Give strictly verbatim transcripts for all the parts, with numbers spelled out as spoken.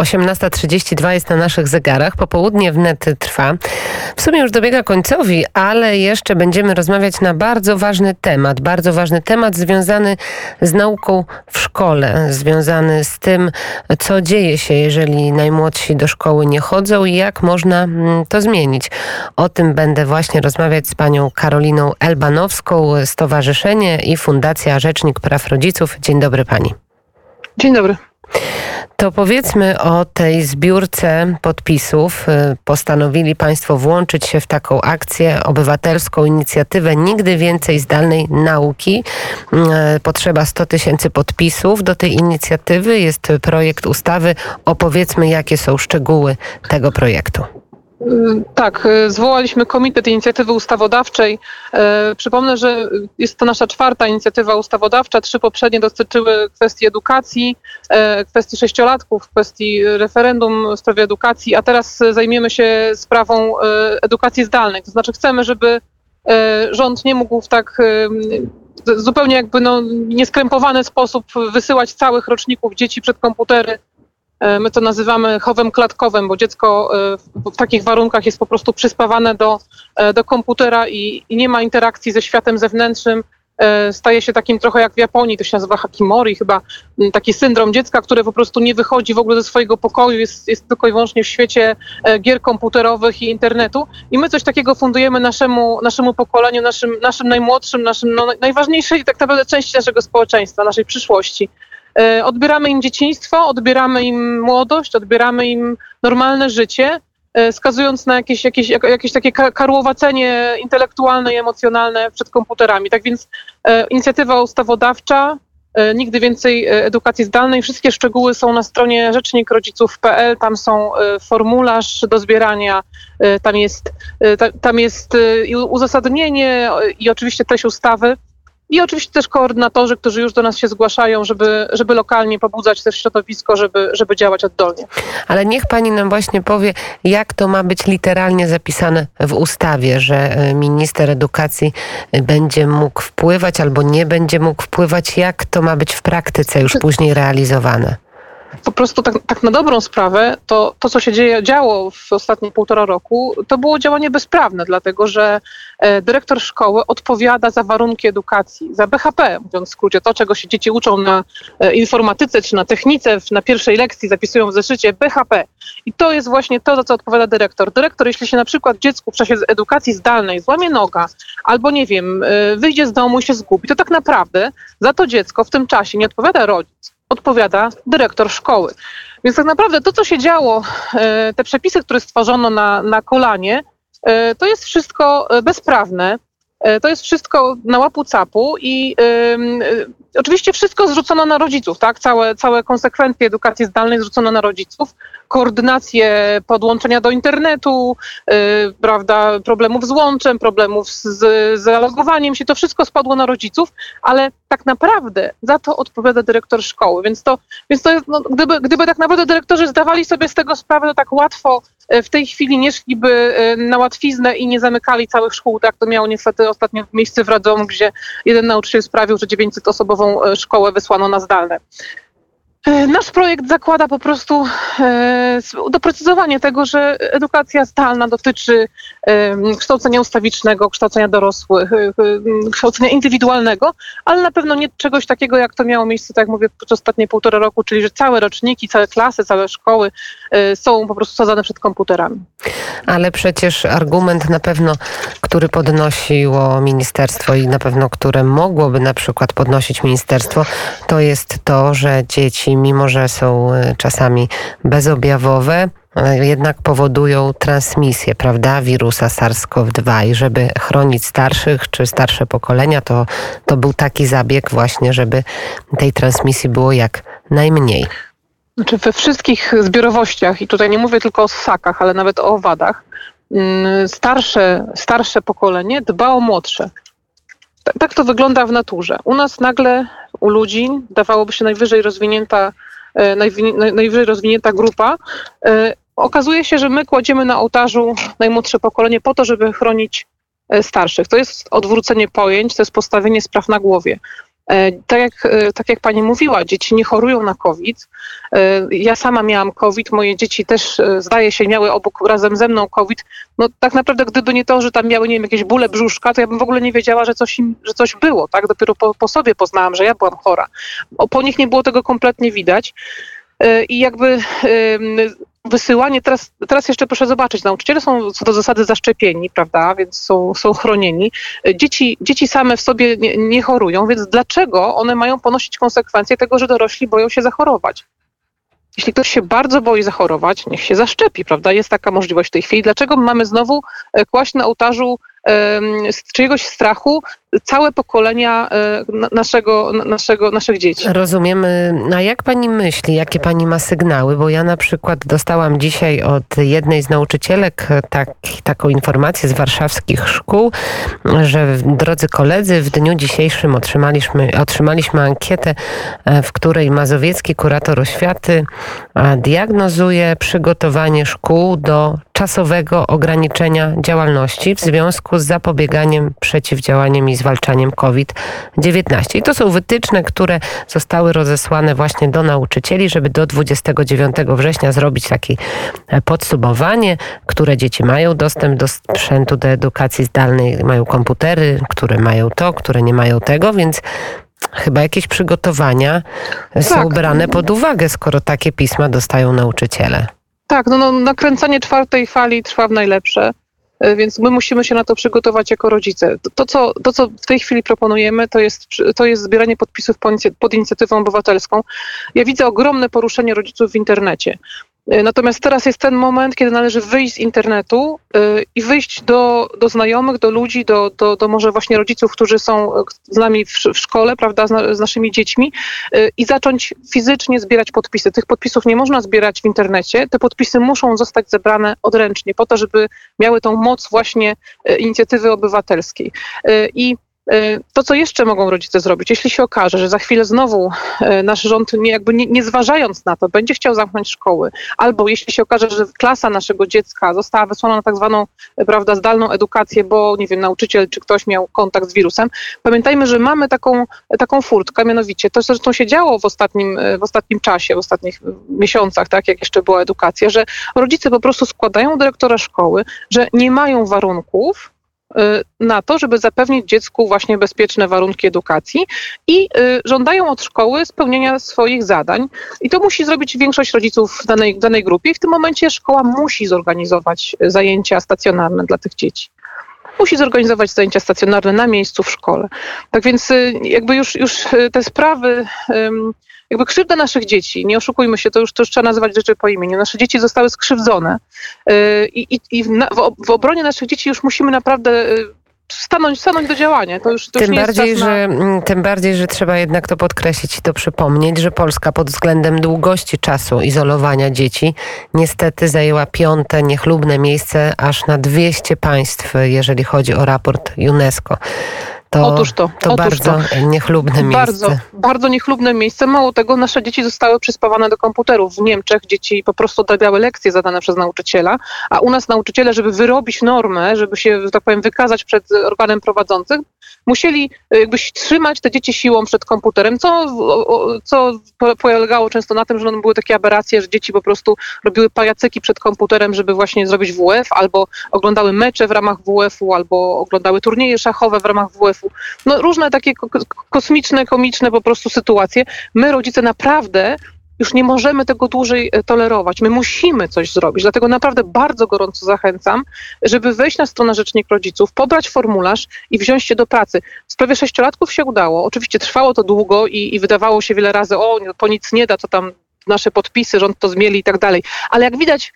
osiemnasta trzydzieści dwa jest na naszych zegarach. Popołudnie wnet trwa. W sumie już dobiega końcowi, ale jeszcze będziemy rozmawiać na bardzo ważny temat. Bardzo ważny temat związany z nauką w szkole. Związany z tym, co dzieje się, jeżeli najmłodsi do szkoły nie chodzą i jak można to zmienić. O tym będę właśnie rozmawiać z panią Karoliną Elbanowską, Stowarzyszenie i Fundacja Rzecznik Praw Rodziców. Dzień dobry pani. Dzień dobry. To powiedzmy o tej zbiórce podpisów. Postanowili państwo włączyć się w taką akcję, obywatelską inicjatywę Nigdy Więcej Zdalnej Nauki. Potrzeba sto tysięcy podpisów do tej inicjatywy. Jest projekt ustawy. Opowiedzmy, jakie są szczegóły tego projektu. Tak, zwołaliśmy Komitet Inicjatywy Ustawodawczej. Przypomnę, że jest to nasza czwarta inicjatywa ustawodawcza. Trzy poprzednie dotyczyły kwestii edukacji, kwestii sześciolatków, kwestii referendum w sprawie edukacji, a teraz zajmiemy się sprawą edukacji zdalnej. To znaczy chcemy, żeby rząd nie mógł w tak zupełnie jakby no nieskrępowany sposób wysyłać całych roczników dzieci przed komputery. My to nazywamy chowem klatkowym, bo dziecko w takich warunkach jest po prostu przyspawane do, do komputera i, i nie ma interakcji ze światem zewnętrznym. Staje się takim trochę jak w Japonii, to się nazywa Hakimori, chyba taki syndrom dziecka, które po prostu nie wychodzi w ogóle ze swojego pokoju, jest, jest tylko i wyłącznie w świecie gier komputerowych i internetu. I my coś takiego fundujemy naszemu, naszemu pokoleniu, naszym, naszym najmłodszym, naszym no, najważniejszej tak naprawdę części naszego społeczeństwa, naszej przyszłości. Odbieramy im dzieciństwo, odbieramy im młodość, odbieramy im normalne życie, skazując na jakieś, jakieś, jakieś takie karłowacenie intelektualne i emocjonalne przed komputerami. Tak więc e, inicjatywa ustawodawcza, e, Nigdy Więcej Edukacji Zdalnej. Wszystkie szczegóły są na stronie rzecznik rodziców kropka p l. Tam są e, formularz do zbierania, e, tam jest, e, ta, tam jest e, uzasadnienie e, i oczywiście treść ustawy. I oczywiście też koordynatorzy, którzy już do nas się zgłaszają, żeby, żeby lokalnie pobudzać też środowisko, żeby, żeby działać oddolnie. Ale niech pani nam właśnie powie, jak to ma być literalnie zapisane w ustawie, że minister edukacji będzie mógł wpływać albo nie będzie mógł wpływać. Jak to ma być w praktyce już później realizowane? Po prostu tak, tak na dobrą sprawę, to, to co się dzieje, działo w ostatnie półtora roku, to było działanie bezprawne, dlatego że e, dyrektor szkoły odpowiada za warunki edukacji, za B H P, mówiąc w skrócie, to czego się dzieci uczą na e, informatyce czy na technice, na pierwszej lekcji zapisują w zeszycie B H P. I to jest właśnie to, za co odpowiada dyrektor. Dyrektor, jeśli się na przykład dziecku w czasie edukacji zdalnej złamie noga, albo nie wiem, e, wyjdzie z domu i się zgubi, to tak naprawdę za to dziecko w tym czasie nie odpowiada rodzic, odpowiada dyrektor szkoły. Więc tak naprawdę to, co się działo, te przepisy, które stworzono na, na kolanie, to jest wszystko bezprawne. To jest wszystko na łapu capu i y, oczywiście wszystko zrzucono na rodziców, tak? Całe, całe konsekwencje edukacji zdalnej zrzucono na rodziców. Koordynację podłączenia do internetu, y, prawda, problemów z łączem, problemów z, z zalogowaniem się, to wszystko spadło na rodziców, ale tak naprawdę za to odpowiada dyrektor szkoły. Więc to, więc to jest, no, gdyby, gdyby tak naprawdę dyrektorzy zdawali sobie z tego sprawę, to tak łatwo w tej chwili nie szliby na łatwiznę i nie zamykali całych szkół, tak to miało niestety ostatnio miejsce w Radomiu, gdzie jeden nauczyciel sprawił, że dziewięćsetoosobową szkołę wysłano na zdalne. Nasz projekt zakłada po prostu e, doprecyzowanie tego, że edukacja zdalna dotyczy e, kształcenia ustawicznego, kształcenia dorosłych, e, kształcenia indywidualnego, ale na pewno nie czegoś takiego, jak to miało miejsce, tak jak mówię, przez ostatnie półtora roku, czyli że całe roczniki, całe klasy, całe szkoły e, są po prostu sadzone przed komputerami. Ale przecież argument na pewno, który podnosiło ministerstwo i na pewno, które mogłoby na przykład podnosić ministerstwo, to jest to, że dzieci, mimo że są czasami bezobjawowe, jednak powodują transmisję, prawda, wirusa SARS-CoV dwa i żeby chronić starszych czy starsze pokolenia, to, to był taki zabieg właśnie, żeby tej transmisji było jak najmniej. Znaczy we wszystkich zbiorowościach, i tutaj nie mówię tylko o ssakach, ale nawet o owadach, starsze, starsze pokolenie dba o młodsze. Tak to wygląda w naturze. U nas nagle, u ludzi, dawałoby się najwyżej rozwinięta, najwyżej rozwinięta grupa. Okazuje się, że my kładziemy na ołtarzu najmłodsze pokolenie po to, żeby chronić starszych. To jest odwrócenie pojęć, to jest postawienie spraw na głowie. Tak jak, tak jak pani mówiła, dzieci nie chorują na COVID. Ja sama miałam COVID, moje dzieci też, zdaje się, miały obok razem ze mną COVID. No tak naprawdę, gdyby nie to, że tam miały, nie wiem, jakieś bóle brzuszka, to ja bym w ogóle nie wiedziała, że coś, im, że coś było. Tak? Dopiero po, po sobie poznałam, że ja byłam chora. O, po nich nie było tego kompletnie widać. I jakby wysyłanie, teraz, teraz jeszcze proszę zobaczyć, nauczyciele są co do zasady zaszczepieni, prawda, więc są, są chronieni. Dzieci, dzieci same w sobie nie, nie chorują, więc dlaczego one mają ponosić konsekwencje tego, że dorośli boją się zachorować? Jeśli ktoś się bardzo boi zachorować, niech się zaszczepi, prawda? Jest taka możliwość w tej chwili. Dlaczego mamy znowu kłaść na ołtarzu z czyjegoś strachu całe pokolenia naszego, naszego, naszych dzieci? Rozumiemy. A jak pani myśli, jakie pani ma sygnały? Bo ja na przykład dostałam dzisiaj od jednej z nauczycielek tak, taką informację z warszawskich szkół, że drodzy koledzy, w dniu dzisiejszym otrzymaliśmy, otrzymaliśmy ankietę, w której mazowiecki kurator oświaty diagnozuje przygotowanie szkół do czasowego ograniczenia działalności w związku z zapobieganiem, przeciwdziałaniem i zwalczaniem COVID dziewiętnaście. I to są wytyczne, które zostały rozesłane właśnie do nauczycieli, żeby do dwudziestego dziewiątego września zrobić takie podsumowanie, które dzieci mają dostęp do sprzętu, do edukacji zdalnej, mają komputery, które mają to, które nie mają tego, więc chyba jakieś przygotowania tak są brane pod uwagę, skoro takie pisma dostają nauczyciele. Tak, no, no nakręcanie czwartej fali trwa w najlepsze, więc my musimy się na to przygotować jako rodzice. To, co, to, co w tej chwili proponujemy, to jest, to jest zbieranie podpisów pod inicjatywą obywatelską. Ja widzę ogromne poruszenie rodziców w internecie. Natomiast teraz jest ten moment, kiedy należy wyjść z internetu i wyjść do, do znajomych, do ludzi, do, do, do może właśnie rodziców, którzy są z nami w, w szkole, prawda, z, z naszymi dziećmi i zacząć fizycznie zbierać podpisy. Tych podpisów nie można zbierać w internecie. Te podpisy muszą zostać zebrane odręcznie po to, żeby miały tą moc właśnie inicjatywy obywatelskiej. I to, co jeszcze mogą rodzice zrobić, jeśli się okaże, że za chwilę znowu nasz rząd, nie, jakby nie, nie zważając na to, będzie chciał zamknąć szkoły, albo jeśli się okaże, że klasa naszego dziecka została wysłana na tak zwaną, prawda, zdalną edukację, bo nie wiem, nauczyciel czy ktoś miał kontakt z wirusem, pamiętajmy, że mamy taką, taką furtkę, mianowicie to zresztą się działo w ostatnim, w ostatnim czasie, w ostatnich miesiącach, tak jak jeszcze była edukacja, że rodzice po prostu składają dyrektora szkoły, że nie mają warunków na to, żeby zapewnić dziecku właśnie bezpieczne warunki edukacji i y, żądają od szkoły spełnienia swoich zadań. I to musi zrobić większość rodziców w danej, w danej grupie i w tym momencie szkoła musi zorganizować zajęcia stacjonarne dla tych dzieci. Musi zorganizować zajęcia stacjonarne na miejscu w szkole. Tak więc y, jakby już, już te sprawy... Y, Jakby krzywda naszych dzieci, nie oszukujmy się, to już, to już trzeba nazywać rzeczy po imieniu. Nasze dzieci zostały skrzywdzone yy, i, i w, na, w obronie naszych dzieci już musimy naprawdę yy, stanąć, stanąć do działania. To już, to tym, już nie bardziej, jest czas że, na... tym bardziej, że trzeba jednak to podkreślić i to przypomnieć, że Polska pod względem długości czasu izolowania dzieci niestety zajęła piąte niechlubne miejsce aż na dwieście państw, jeżeli chodzi o raport UNESCO. To, Otóż to, to otóż bardzo to. niechlubne miejsce. Bardzo, bardzo niechlubne miejsce. Mało tego, nasze dzieci zostały przyspawane do komputerów. W Niemczech dzieci po prostu odrabiały lekcje zadane przez nauczyciela, a u nas nauczyciele, żeby wyrobić normę, żeby się, że tak powiem, wykazać przed organem prowadzącym, musieli jakby trzymać te dzieci siłą przed komputerem, co, co polegało często na tym, że były takie aberracje, że dzieci po prostu robiły pajacyki przed komputerem, żeby właśnie zrobić W F, albo oglądały mecze w ramach W F-u, albo oglądały turnieje szachowe w ramach W F-u. No różne takie kosmiczne, komiczne po prostu sytuacje. My, rodzice, naprawdę już nie możemy tego dłużej tolerować. My musimy coś zrobić. Dlatego naprawdę bardzo gorąco zachęcam, żeby wejść na stronę Rzecznik Rodziców, pobrać formularz i wziąć się do pracy. W sprawie sześciolatków się udało. Oczywiście trwało to długo i, i wydawało się wiele razy, o, to nic nie da, to tam nasze podpisy, rząd to zmieli i tak dalej. Ale jak widać,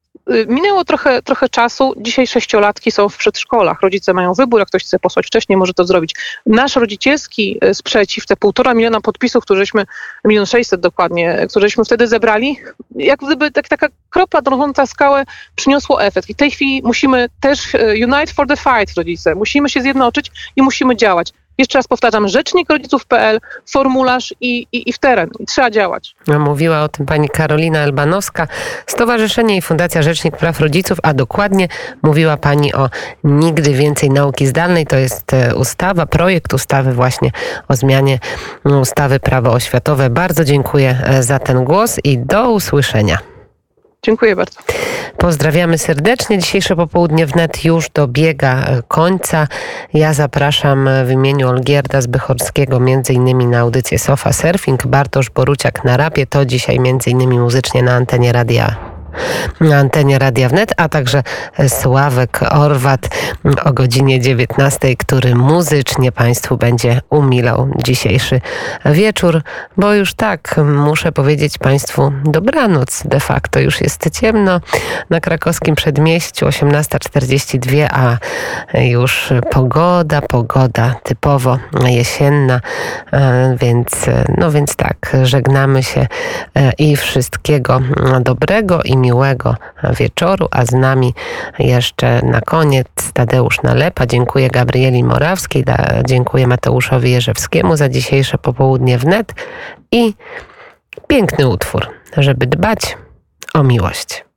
minęło trochę, trochę czasu. Dzisiaj sześciolatki są w przedszkolach. Rodzice mają wybór, jak ktoś chce posłać wcześniej, może to zrobić. Nasz rodzicielski sprzeciw, te półtora miliona podpisów, któreśmy, milion sześćset dokładnie, któreśmy wtedy zebrali, jak gdyby tak, taka kropla drążąca skałę przyniosło efekt. I w tej chwili musimy też unite for the fight, rodzice. Musimy się zjednoczyć i musimy działać. Jeszcze raz powtarzam, rzecznik rodziców kropka p l, formularz i, i, i w teren. I trzeba działać. Mówiła o tym pani Karolina Elbanowska, Stowarzyszenie i Fundacja Rzecznik Praw Rodziców, a dokładnie mówiła pani o Nigdy Więcej Nauki Zdalnej. To jest ustawa, projekt ustawy właśnie o zmianie ustawy Prawo oświatowe. Bardzo dziękuję za ten głos i do usłyszenia. Dziękuję bardzo. Pozdrawiamy serdecznie. Dzisiejsze popołudnie wnet już dobiega końca. Ja zapraszam w imieniu Olgierda Zbychorskiego między innymi na audycję Sofa Surfing. Bartosz Boruciak na rapie. To dzisiaj między innymi muzycznie na antenie radia. Na antenie Radia Wnet, a także Sławek Orwat o godzinie dziewiętnastej, który muzycznie Państwu będzie umilał dzisiejszy wieczór, bo już tak muszę powiedzieć Państwu dobranoc. De facto już jest ciemno na krakowskim przedmieściu, osiemnasta czterdzieści dwa, a już pogoda, pogoda typowo jesienna, więc, no więc tak, żegnamy się i wszystkiego dobrego i miłego wieczoru, a z nami jeszcze na koniec Tadeusz Nalepa. Dziękuję Gabrieli Morawskiej, da, dziękuję Mateuszowi Jerzewskiemu za dzisiejsze popołudnie wnet i piękny utwór, żeby dbać o miłość.